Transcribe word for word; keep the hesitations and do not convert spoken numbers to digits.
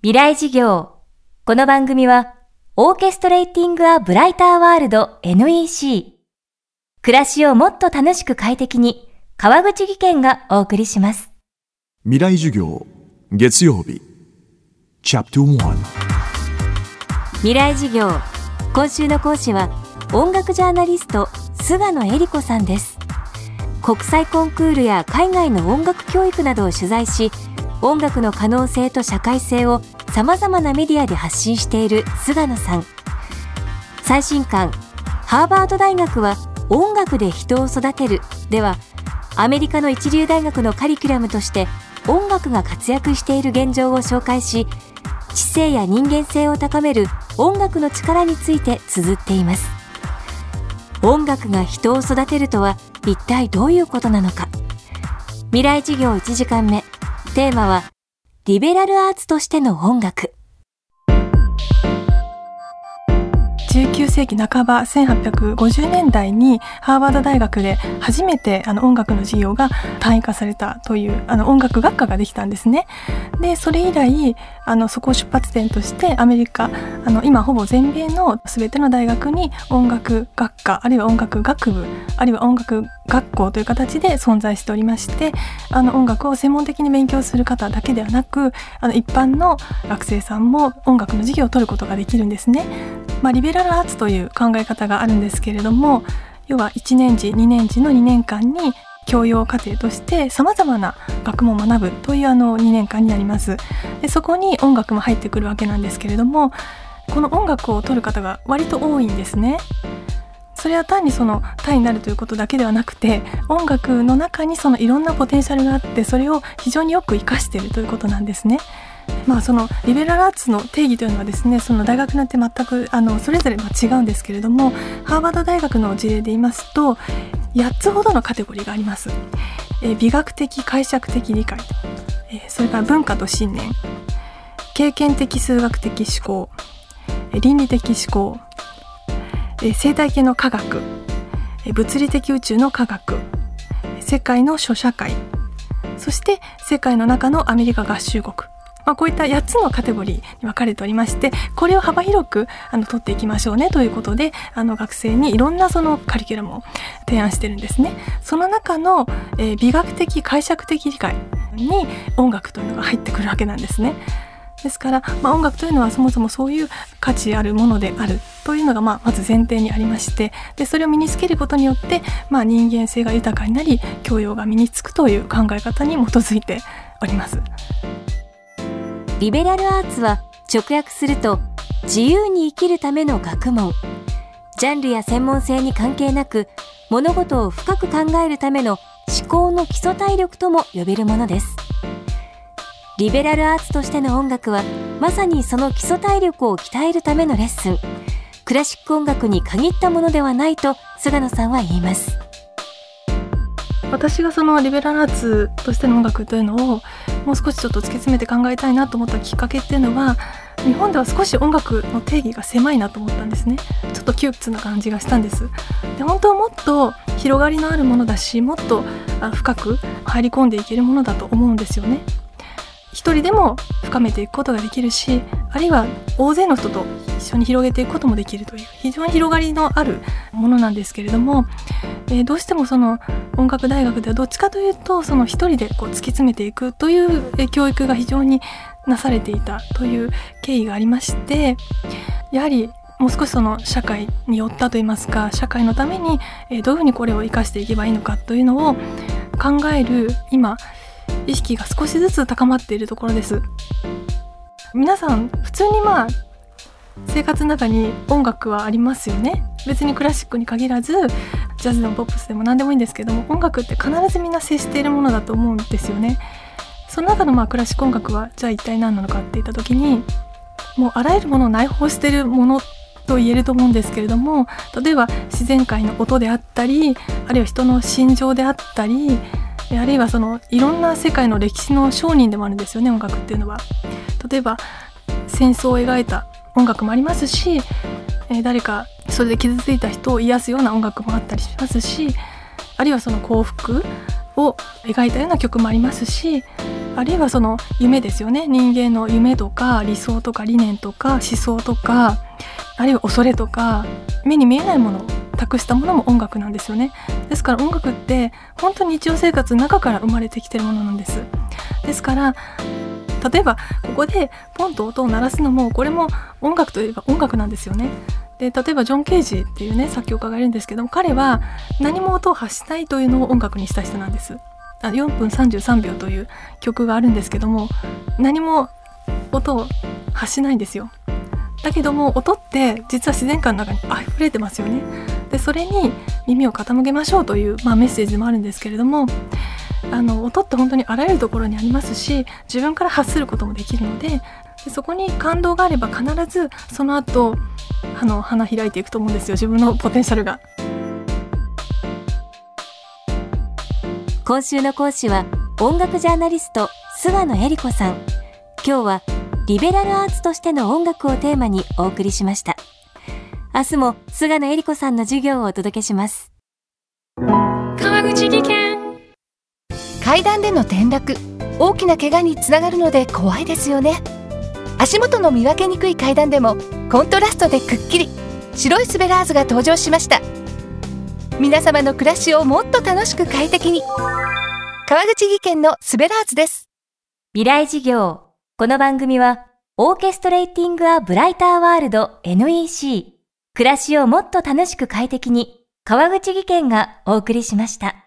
未来事業。この番組はオーケストレーティングアブライターワールド エヌイーシー 暮らしをもっと楽しく快適に川口義賢がお送りします。 未来授業月曜日チャプターワン未来事業。今週の講師は音楽ジャーナリスト菅野恵理子さんです。国際コンクールや海外の音楽教育などを取材し、音楽の可能性と社会性をさまざまなメディアで発信している菅野さん。最新刊ハーバード大学は音楽で人を育てるでは、アメリカの一流大学のカリキュラムとして音楽が活躍している現状を紹介し、知性や人間性を高める音楽の力について綴っています。音楽が人を育てるとは一体どういうことなのか。未来事業いちじかんめ、テーマはリベラルアーツとしての音楽。 じゅうきゅうせいきなかば、せんはっぴゃくごじゅうねんだいにハーバード大学で初めてあの音楽の授業が単位化されたというあの音楽学科ができたんですね。でそれ以来あのそこを出発点としてアメリカあの今ほぼ全米の全ての大学に音楽学科あるいは音楽学部あるいは音楽学校という形で存在しておりまして、あの音楽を専門的に勉強する方だけではなく、あの一般の学生さんも音楽の授業を取ることができるんですね。まあ、リベラルアーツという考え方があるんですけれども、要はいちねんじにねんじのにねんかんに教養課程としてさまざまな学問を学ぶというあのにねんかんになります。でそこに音楽も入ってくるわけなんですけれども、この音楽を取る方が割と多いんですね。それは単にその単位になるということだけではなくて、音楽の中にそのいろんなポテンシャルがあって、それを非常によく活かしているということなんですね。まあ、そのリベラルアーツの定義というのはですね、その大学によって全くあのそれぞれ違うんですけれども、ハーバード大学の事例で言いますとやっつほどのカテゴリーがあります。え美学的解釈的理解、えそれから文化と信念、経験的数学的思考、え倫理的思考、え生態系の科学、え物理的宇宙の科学、世界の諸社会、そして世界の中のアメリカ合衆国、まあ、こういったやっつのカテゴリーに分かれておりまして、これを幅広くあの取っていきましょうねということで、あの学生にいろんなそのカリキュラムを提案してるんですね。その中の、えー、美学的解釈的理解に音楽というのが入ってくるわけなんですね。ですから、まあ、音楽というのはそもそもそういう価値あるものであるというのが、まあ、まず前提にありまして、でそれを身につけることによって、まあ、人間性が豊かになり教養が身につくという考え方に基づいております。 リベラルアーツは直訳すると自由に生きるための学問。ジャンルや専門性に関係なく物事を深く考えるための思考の基礎体力とも呼べるものです。リベラルアーツとしての音楽はまさにその基礎体力を鍛えるためのレッスン。クラシック音楽に限ったものではないと菅野さんは言います。 私がそのリベラルアーツとしての音楽というのをもう少しちょっと突き詰めて考えたいなと思ったきっかけっていうのは、日本では少し音楽の定義が狭いなと思ったんですね。ちょっと窮屈な感じがしたんです。で本当はもっと広がりのあるものだし、もっと深く入り込んでいけるものだと思うんですよね。一人でも深めていくことができるし、あるいは大勢の人と一緒に広げていくこともできるという非常に広がりのあるものなんですけれども、えー、どうしてもその音楽大学ではどっちかというとその一人でこう突き詰めていくという教育が非常になされていたという経緯がありまして、やはりもう少しその社会に寄ったといいますか、社会のためにどういうふうにこれを生かしていけばいいのかというのを考える今意識が少しずつ高まっているところです。皆さん普通にまあ生活の中に音楽はありますよね。別にクラシックに限らずジャズでもポップスでも何でもいいんですけども、音楽って必ずみんな接しているものだと思うんですよね。その中のまあクラシック音楽はじゃあ一体何なのかっていった時に、もうあらゆるものを内包しているものと言えると思うんですけれども、例えば自然界の音であったり、あるいは人の心情であったり、あるいはそのいろんな世界の歴史の商人でもあるんですよね、音楽っていうのは。例えば戦争を描いた音楽もありますし、えー、誰かそれで傷ついた人を癒すような音楽もあったりしますし、あるいはその幸福を描いたような曲もありますし、 あるいはその夢ですよね。人間の夢とか理想とか理念とか思想とか、あるいは恐れとか、目に見えないものを託したものも音楽なんですよね。ですから音楽って本当に日常生活の中から生まれてきてるものなんです。ですから例えばここでポンと音を鳴らすのも、これも音楽といえば音楽なんですよね。で例えばジョン・ケージっていうね作曲家がいるんですけども、彼は何も音を発しないというのを音楽にした人なんです。よんぷんさんじゅうさんびょうという曲があるんですけども、何も音を発しないんですよ。だけども音って実は自然界の中に溢れてますよね。でそれに耳を傾けましょうという、まあ、メッセージもあるんですけれども、あの音って本当にあらゆるところにありますし、自分から発することもできるので、でそこに感動があれば必ずその後あの花開いていくと思うんですよ、自分のポテンシャルが。 今週の講師は音楽ジャーナリスト菅野恵理子さん。今日はリベラルアーツとしての音楽をテーマにお送りしました。明日も菅野恵理子さんの授業をお届けします。 川口技研。階段での転落、大きな怪我につながるので怖いですよね。足元の見分けにくい階段でもコントラストでくっきり白いスベラーズが登場しました。皆様の暮らしをもっと楽しく快適に、川口技研のスベラーズです。 未来事業。この番組はオーケストレーティングアブライターワールド エヌイーシー、 暮らしをもっと楽しく快適に、川口技研がお送りしました。